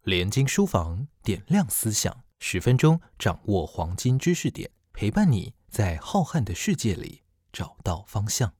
联经书房点亮思想，10分钟掌握黄金知识点，陪伴你在浩瀚的世界里找到方向。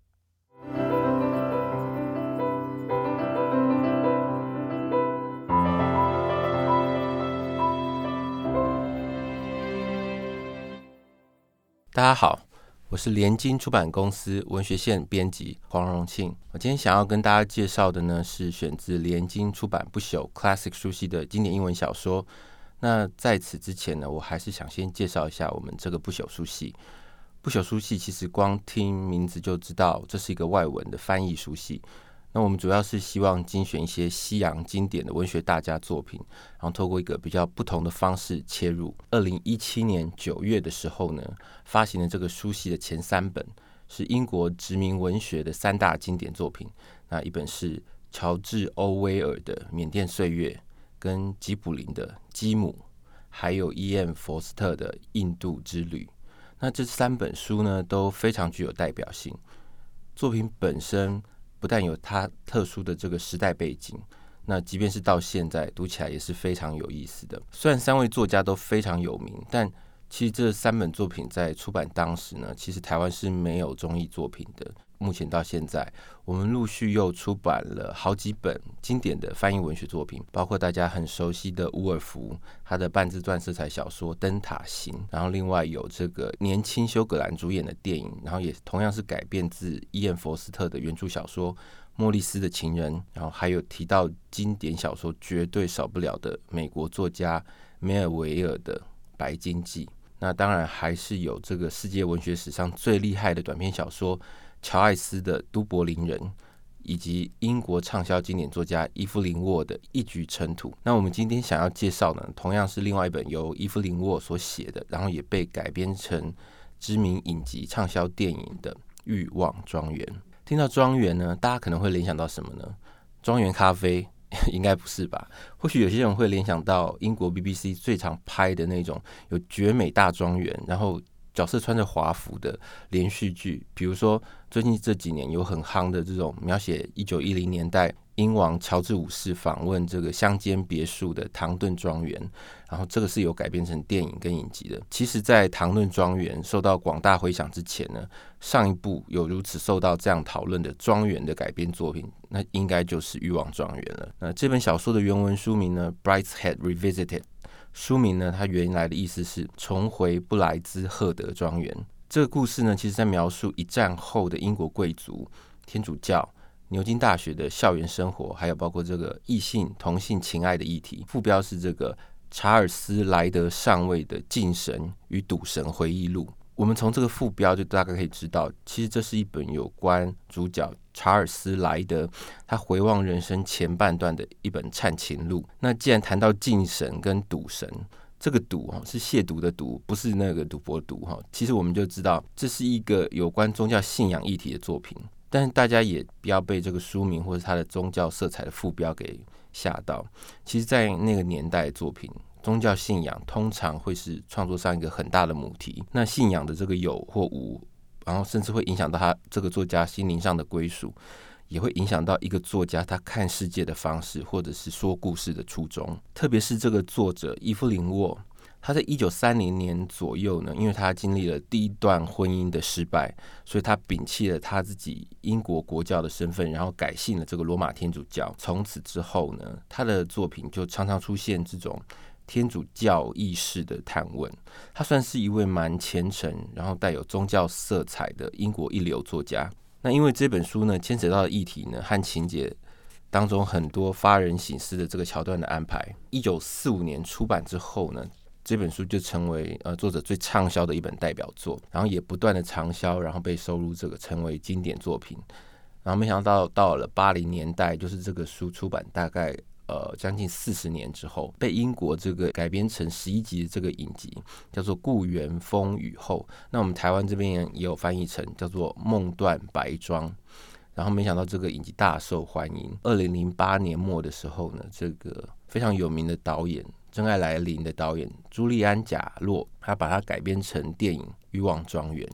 大家好，我是联经出版公司文学线编辑黄荣庆。我今天想要跟大家介绍的呢，是选自联经出版不朽 Classic 书系的经典英文小说。那在此之前呢，我还是想先介绍一下我们这个不朽书系。不朽书系其实光听名字就知道，这是一个外文的翻译书系。那我们主要是希望精选一些西洋经典的文学大家作品，然后透过一个比较不同的方式切入。2017年9月的时候呢，发行了这个书系的前3本，是英国殖民文学的3大经典作品。那一本是乔治·欧威尔的《缅甸岁月》，跟吉卜林的《基姆》，还有E.M. 佛斯特的《印度之旅》。那这3本书呢，都非常具有代表性。作品本身不但有它特殊的这个时代背景，那即便是到现在读起来也是非常有意思的。虽然3位作家都非常有名，但其实这3本作品在出版当时呢，其实台湾是没有中译作品的。目前到现在，我们陆续又出版了好几本经典的翻译文学作品，包括大家很熟悉的伍尔夫他的半自传色彩小说《灯塔行》，然后另外有这个年轻休葛兰主演的电影，然后也同样是改编自伊恩·佛斯特的原著小说《莫里斯的情人》，然后还有提到经典小说绝对少不了的美国作家梅尔维尔的《白鲸记》。那当然还是有这个世界文学史上最厉害的短篇小说乔艾斯的《都柏林人》，以及英国畅销经典作家伊芙琳沃的《一举尘土》。那我们今天想要介绍呢，同样是另外一本由伊芙琳沃所写的，然后也被改编成知名影集畅销电影的《欲望庄园》。听到庄园呢，大家可能会联想到什么呢？庄园咖啡应该不是吧？或许有些人会联想到英国 BBC 最常拍的那种有绝美大庄园，然后角色穿着华服的连续剧，比如说最近这几年有很夯的这种描写1910年代英王乔治5世访问这个乡间别墅的唐顿庄园，然后这个是有改编成电影跟影集的。其实在唐顿庄园受到广大回响之前呢，上一部有如此受到这样讨论的庄园的改编作品，那应该就是欲望庄园了。那这本小说的原文书名呢 Brideshead Revisited，书名呢，它原来的意思是重回布莱兹赫德庄园。这个故事呢，其实在描述一战后的英国贵族、天主教、牛津大学的校园生活，还有包括这个异性、同性情爱的议题。副标是这个查尔斯·莱德上尉的禁神与赌神回忆录。我们从这个副标就大概可以知道，其实这是一本有关主角查尔斯·莱德他回望人生前半段的一本忏情录。那既然谈到禁神跟赌神，这个赌是亵渎的赌，不是那个赌博赌，其实我们就知道这是一个有关宗教信仰议题的作品。但是大家也不要被这个书名或者它的宗教色彩的副标给吓到。其实在那个年代的作品，宗教信仰通常会是创作上一个很大的母题，那信仰的这个有或无，然后甚至会影响到他这个作家心灵上的归属，也会影响到一个作家他看世界的方式，或者是说故事的初衷。特别是这个作者伊芙琳沃，他在1930年左右呢，因为他经历了第一段婚姻的失败，所以他摒弃了他自己英国国教的身份，然后改信了这个罗马天主教。从此之后呢，他的作品就常常出现这种天主教意识的探问。他算是一位蛮虔诚，然后带有宗教色彩的英国一流作家。那因为这本书呢，牵扯到的议题呢和情节当中很多发人省思的这个桥段的安排。1945年出版之后呢，这本书就成为作者最畅销的一本代表作，然后也不断的长销，然后被收入这个成为经典作品。然后没想到到了80年代，就是这个书出版大概将近40年之后，被英国这个改编成11集的这个影集，叫做《故园风雨后》。那我们台湾这边也有翻译成叫做《梦断白庄》。然后没想到这个影集大受欢迎。2008年末的时候呢，这个非常有名的导演真爱来临的导演朱利安·贾洛，他把它改编成电影《欲望庄园》。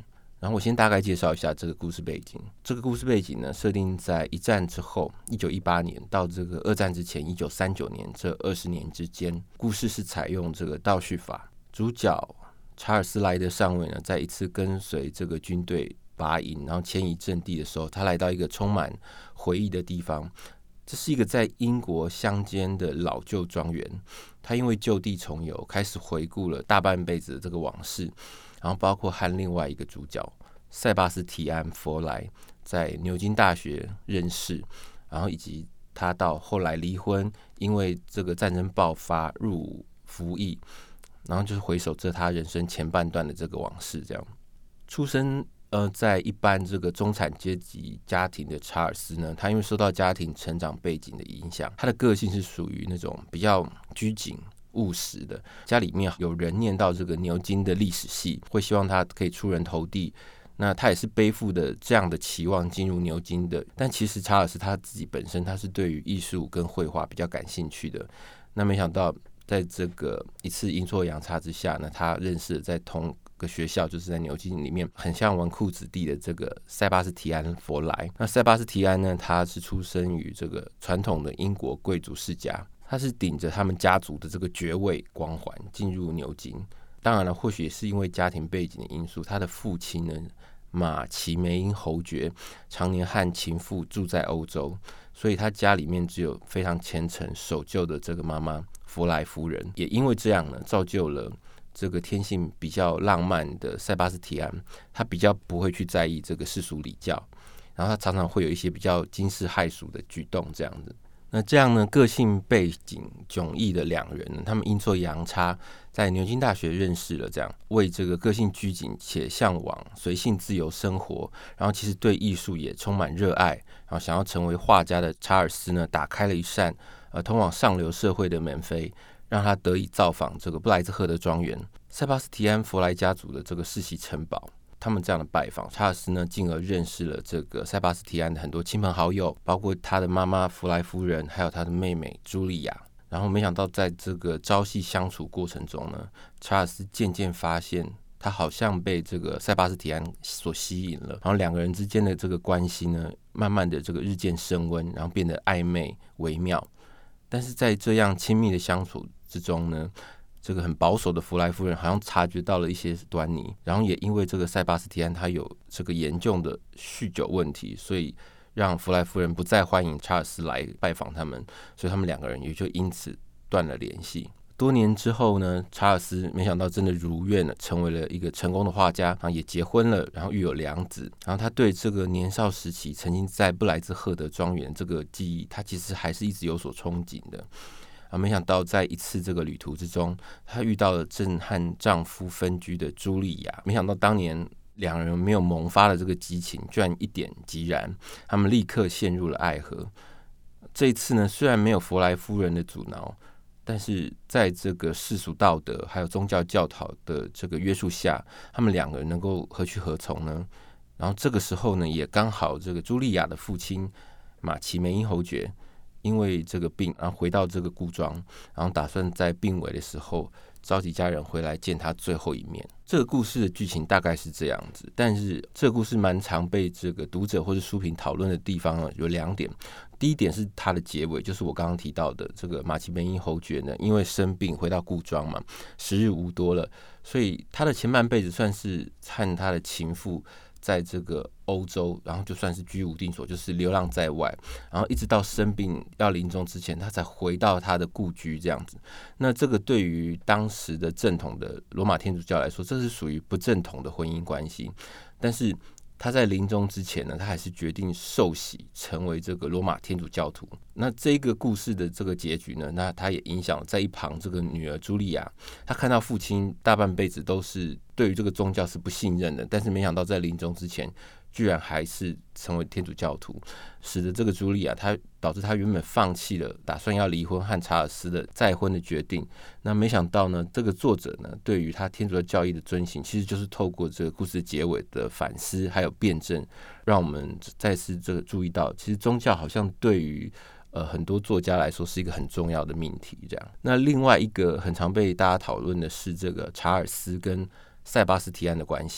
然后我先大概介绍一下这个故事背景。这个故事背景呢，设定在一战之后1918年到这个二战之前1939年这20年之间。故事是采用这个倒叙法，主角查尔斯莱德上尉呢，在一次跟随这个军队拔营然后迁移阵地的时候，他来到一个充满回忆的地方。这是一个在英国乡间的老旧庄园，他因为就地重游，开始回顾了大半辈子的这个往事，然后包括和另外一个主角塞巴斯提安·佛莱在牛津大学认识，然后以及他到后来离婚，因为这个战争爆发入伍服役，然后就是回首这他人生前半段的这个往事。这样出生在一般这个中产阶级家庭的查尔斯呢，他因为受到家庭成长背景的影响，他的个性是属于那种比较拘谨务实的。家里面有人念到这个牛津的历史系，会希望他可以出人头地，那他也是背负的这样的期望进入牛津的。但其实查尔斯他自己本身他是对于艺术跟绘画比较感兴趣的。那没想到在这个一次阴错阳差之下呢，他认识了在同个学校，就是在牛津里面很像纨绔子弟的这个塞巴斯提安·佛莱。那塞巴斯提安呢，他是出生于这个传统的英国贵族世家，他是顶着他们家族的这个爵位光环进入牛津。当然了，或许也是因为家庭背景的因素，他的父亲呢，马奇梅因侯爵常年和情妇住在欧洲，所以他家里面只有非常虔诚守旧的这个妈妈弗莱夫人。也因为这样呢，造就了这个天性比较浪漫的塞巴斯提安，他比较不会去在意这个世俗礼教，然后他常常会有一些比较惊世骇俗的举动这样子。那这样呢，个性背景迥异的两人呢，他们阴错阳差在牛津大学认识了，这样为这个个性拘谨且向往随性自由生活，然后其实对艺术也充满热爱，然后想要成为画家的查尔斯呢，打开了一扇通往上流社会的门扉，让他得以造访这个布莱兹赫德庄园，塞巴斯提安·弗莱家族的这个世袭城堡。他们这样的拜访，查尔斯呢，进而认识了这个塞巴斯提安的很多亲朋好友，包括他的妈妈弗莱夫人，还有他的妹妹茱莉亚。然后没想到在这个朝夕相处过程中呢，查尔斯渐渐发现他好像被这个塞巴斯提安所吸引了，然后两个人之间的这个关系呢，慢慢的这个日渐升温，然后变得暧昧微妙。但是在这样亲密的相处之中呢，这个很保守的弗莱夫人好像察觉到了一些端倪，然后也因为这个塞巴斯提安他有这个严重的酗酒问题，所以让弗莱夫人不再欢迎查尔斯来拜访他们，所以他们两个人也就因此断了联系。多年之后呢，查尔斯没想到真的如愿了，成为了一个成功的画家，然后也结婚了，然后育有两子。然后他对这个年少时期曾经在布莱兹赫德庄园这个记忆，他其实还是一直有所憧憬的。没想到在一次这个旅途之中，她遇到了正和丈夫分居的茱莉亚。没想到当年两人没有萌发的这个激情，居然一点即燃，他们立刻陷入了爱河。这一次呢，虽然没有弗莱夫人的阻挠，但是在这个世俗道德还有宗教教条的这个约束下，他们两个人能够何去何从呢？然后这个时候呢，也刚好这个茱莉亚的父亲马奇梅因侯爵因为这个病，然后回到这个故庄，然后打算在病危的时候召集家人回来见他最后一面。这个故事的剧情大概是这样子，但是这个故事蛮常被这个读者或是书评讨论的地方有两点。第一点是它的结尾，就是我刚刚提到的这个马奇梅因侯爵呢，因为生病回到故庄嘛，时日无多了，所以他的前半辈子算是和他的情妇在这个欧洲，然后就算是居无定所，就是流浪在外，然后一直到生病要临终之前，他才回到他的故居这样子。那这个对于当时的正统的罗马天主教来说，这是属于不正统的婚姻关系。但是他在临终之前呢，他还是决定受洗成为这个罗马天主教徒。那这个故事的这个结局呢，那他也影响了在一旁这个女儿茱莉亚，她看到父亲大半辈子都是对于这个宗教是不信任的，但是没想到在临终之前居然还是成为天主教徒，使得这个茱莉亚她导致她原本放弃了打算要离婚和查尔斯的再婚的决定。那没想到呢，这个作者呢对于他天主教义的遵行，其实就是透过这个故事结尾的反思还有辩证，让我们再次这个注意到，其实宗教好像对于很多作家来说是一个很重要的命题。这样，那另外一个很常被大家讨论的是这个查尔斯跟塞巴斯提安的关系。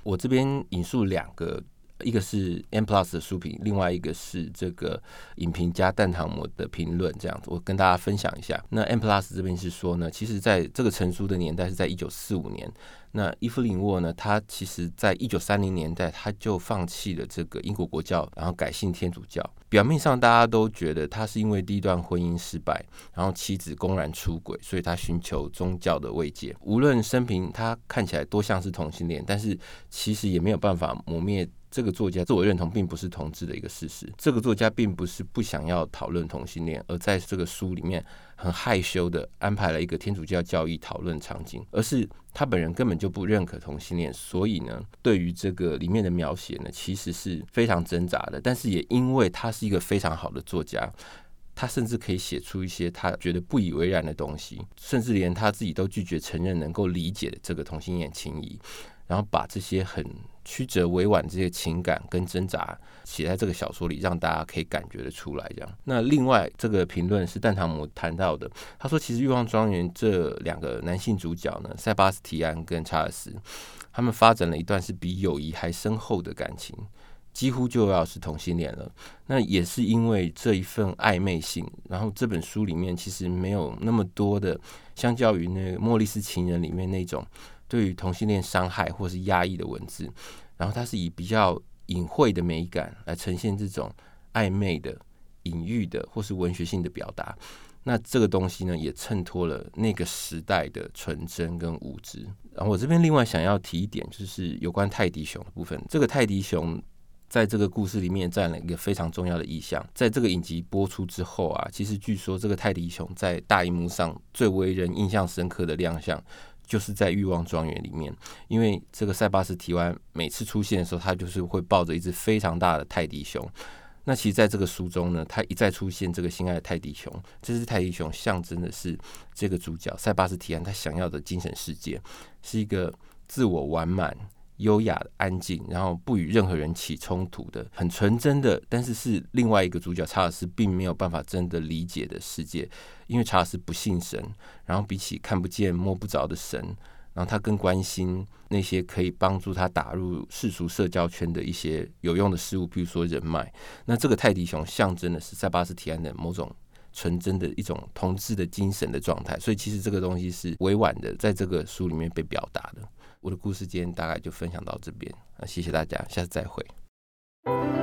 我这边引述两个，一个是 M Plus 的书评，另外一个是这个影评家蛋糖膜的评论，这样子我跟大家分享一下。那 M Plus 这边是说呢，其实在这个成书的年代是在1945年，那伊芙琳沃呢，他其实在1930年代他就放弃了这个英国国教，然后改信天主教。表面上大家都觉得他是因为第一段婚姻失败，然后妻子公然出轨，所以他寻求宗教的慰藉。无论生平他看起来多像是同性恋，但是其实也没有办法磨灭这个作家自我认同并不是同志的一个事实。这个作家并不是不想要讨论同性恋，而在这个书里面很害羞的安排了一个天主教教义讨论场景，而是他本人根本就不认可同性恋，所以呢，对于这个里面的描写呢，其实是非常挣扎的。但是也因为他是一个非常好的作家，他甚至可以写出一些他觉得不以为然的东西，甚至连他自己都拒绝承认能够理解的这个同性恋情谊，然后把这些很曲折委婉这些情感跟挣扎写在这个小说里，让大家可以感觉得出来这样。那另外这个评论是蛋糖膜谈到的，他说其实欲望庄园这两个男性主角呢，塞巴斯提安跟查尔斯，他们发展了一段是比友谊还深厚的感情，几乎就要是同性恋了。那也是因为这一份暧昧性，然后这本书里面其实没有那么多的，相较于那个《莫里斯情人》里面那种对于同性恋伤害或是压抑的文字，然后它是以比较隐晦的美感来呈现这种暧昧的、隐喻的或是文学性的表达。那这个东西呢，也衬托了那个时代的纯真跟无知。然后我这边另外想要提一点，就是有关泰迪熊的部分。这个泰迪熊在这个故事里面占了一个非常重要的意象。在这个影集播出之后啊，其实据说这个泰迪熊在大荧幕上最为人印象深刻的亮相，就是在欲望庄园里面。因为这个塞巴斯提安每次出现的时候，他就是会抱着一只非常大的泰迪熊。那其实在这个书中呢，他一再出现这个心爱的泰迪熊，这只泰迪熊象征的是这个主角塞巴斯提安他想要的精神世界，是一个自我完满、优雅、安静，然后不与任何人起冲突的，很纯真的，但是是另外一个主角查尔斯并没有办法真的理解的世界。因为查尔斯不信神，然后比起看不见摸不着的神，然后他更关心那些可以帮助他打入世俗社交圈的一些有用的事物，比如说人脉。那这个泰迪熊象征的是塞巴斯提安的某种纯真的一种同志的精神的状态，所以其实这个东西是委婉的在这个书里面被表达的。我的故事今天大概就分享到这边，谢谢大家，下次再会。